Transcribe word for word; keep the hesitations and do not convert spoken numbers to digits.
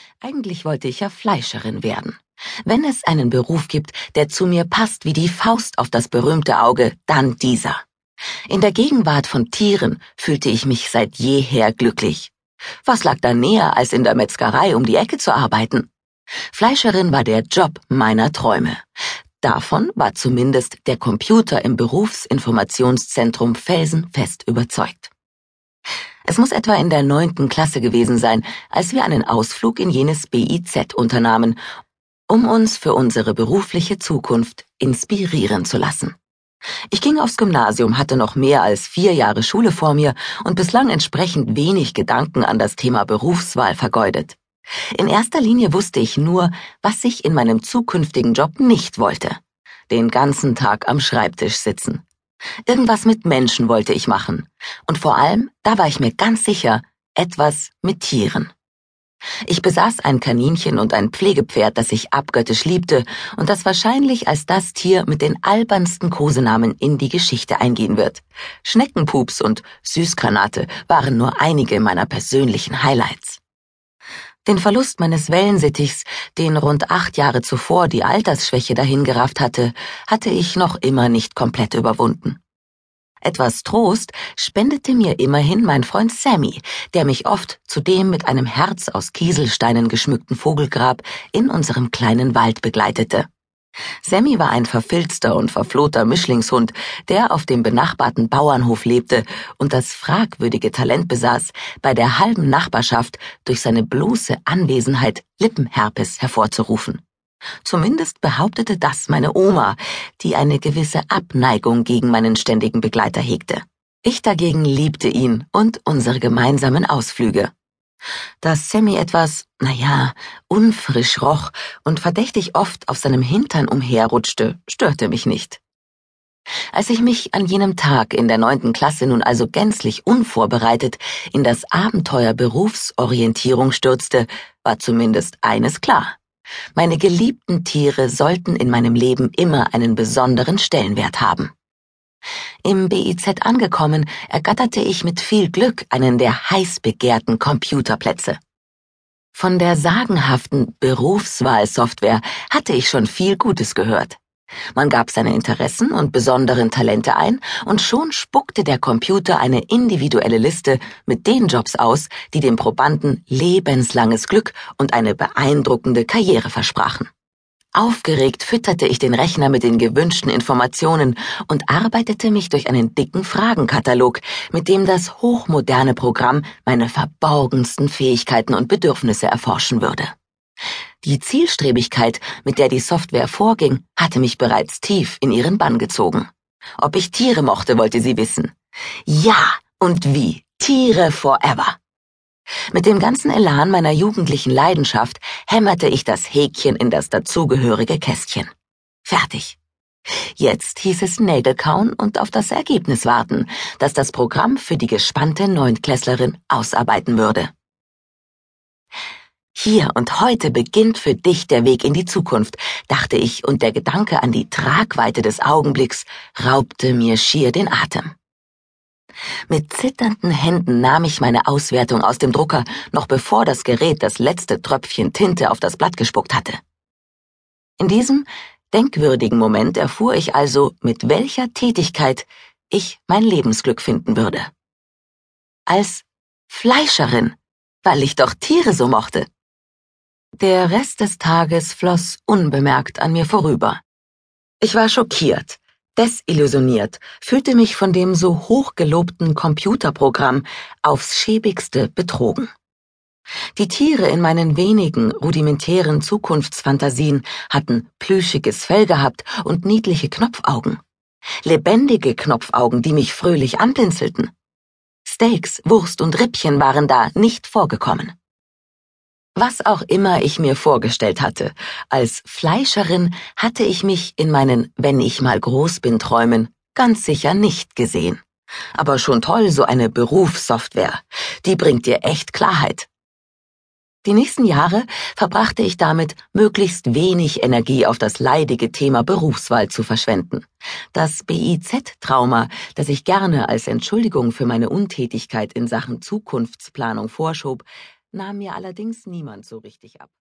Eigentlich wollte ich ja Fleischerin werden. Wenn es einen Beruf gibt, der zu mir passt wie die Faust auf das berühmte Auge, dann dieser. In der Gegenwart von Tieren fühlte ich mich seit jeher glücklich. Was lag da näher, als in der Metzgerei um die Ecke zu arbeiten? Fleischerin war der Job meiner Träume. Davon war zumindest der Computer im Berufsinformationszentrum felsenfest überzeugt. Es muss etwa in der neunten Klasse gewesen sein, als wir einen Ausflug in jenes B I Z unternahmen, um uns für unsere berufliche Zukunft inspirieren zu lassen. Ich ging aufs Gymnasium, hatte noch mehr als vier Jahre Schule vor mir und bislang entsprechend wenig Gedanken an das Thema Berufswahl vergeudet. In erster Linie wusste ich nur, was ich in meinem zukünftigen Job nicht wollte. Den ganzen Tag am Schreibtisch sitzen. Irgendwas mit Menschen wollte ich machen. Und vor allem, da war ich mir ganz sicher, etwas mit Tieren. Ich besaß ein Kaninchen und ein Pflegepferd, das ich abgöttisch liebte und das wahrscheinlich als das Tier mit den albernsten Kosenamen in die Geschichte eingehen wird. Schneckenpups und Süßgranate waren nur einige meiner persönlichen Highlights. Den Verlust meines Wellensittichs, den rund acht Jahre zuvor die Altersschwäche dahingerafft hatte, hatte ich noch immer nicht komplett überwunden. Etwas Trost spendete mir immerhin mein Freund Sammy, der mich oft zu dem mit einem Herz aus Kieselsteinen geschmückten Vogelgrab in unserem kleinen Wald begleitete. Sammy war ein verfilzter und verflohter Mischlingshund, der auf dem benachbarten Bauernhof lebte und das fragwürdige Talent besaß, bei der halben Nachbarschaft durch seine bloße Anwesenheit Lippenherpes hervorzurufen. Zumindest behauptete das meine Oma, die eine gewisse Abneigung gegen meinen ständigen Begleiter hegte. Ich dagegen liebte ihn und unsere gemeinsamen Ausflüge. Dass Sammy etwas, naja, unfrisch roch und verdächtig oft auf seinem Hintern umherrutschte, störte mich nicht. Als ich mich an jenem Tag in der neunten Klasse nun also gänzlich unvorbereitet in das Abenteuer Berufsorientierung stürzte, war zumindest eines klar. Meine geliebten Tiere sollten in meinem Leben immer einen besonderen Stellenwert haben. Im B I Z angekommen, ergatterte ich mit viel Glück einen der heiß begehrten Computerplätze. Von der sagenhaften Berufswahlsoftware hatte ich schon viel Gutes gehört. Man gab seine Interessen und besonderen Talente ein und schon spuckte der Computer eine individuelle Liste mit den Jobs aus, die dem Probanden lebenslanges Glück und eine beeindruckende Karriere versprachen. Aufgeregt fütterte ich den Rechner mit den gewünschten Informationen und arbeitete mich durch einen dicken Fragenkatalog, mit dem das hochmoderne Programm meine verborgensten Fähigkeiten und Bedürfnisse erforschen würde. Die Zielstrebigkeit, mit der die Software vorging, hatte mich bereits tief in ihren Bann gezogen. Ob ich Tiere mochte, wollte sie wissen. Ja, und wie. Tiere forever. Mit dem ganzen Elan meiner jugendlichen Leidenschaft hämmerte ich das Häkchen in das dazugehörige Kästchen. Fertig. Jetzt hieß es Nägel kauen und auf das Ergebnis warten, das das Programm für die gespannte Neuntklässlerin ausarbeiten würde. Hier und heute beginnt für dich der Weg in die Zukunft, dachte ich, und der Gedanke an die Tragweite des Augenblicks raubte mir schier den Atem. Mit zitternden Händen nahm ich meine Auswertung aus dem Drucker, noch bevor das Gerät das letzte Tröpfchen Tinte auf das Blatt gespuckt hatte. In diesem denkwürdigen Moment erfuhr ich also, mit welcher Tätigkeit ich mein Lebensglück finden würde. Als Fleischerin, weil ich doch Tiere so mochte. Der Rest des Tages floss unbemerkt an mir vorüber. Ich war schockiert, desillusioniert, fühlte mich von dem so hochgelobten Computerprogramm aufs schäbigste betrogen. Die Tiere in meinen wenigen rudimentären Zukunftsfantasien hatten plüschiges Fell gehabt und niedliche Knopfaugen. Lebendige Knopfaugen, die mich fröhlich anblinzelten. Steaks, Wurst und Rippchen waren da nicht vorgekommen. Was auch immer ich mir vorgestellt hatte, als Fleischerin hatte ich mich in meinen Wenn ich mal groß bin Träumen ganz sicher nicht gesehen. Aber schon toll, so eine Berufssoftware. Die bringt dir echt Klarheit. Die nächsten Jahre verbrachte ich damit, möglichst wenig Energie auf das leidige Thema Berufswahl zu verschwenden. Das B I Z-Trauma, das ich gerne als Entschuldigung für meine Untätigkeit in Sachen Zukunftsplanung vorschob, nahm mir allerdings niemand so richtig ab.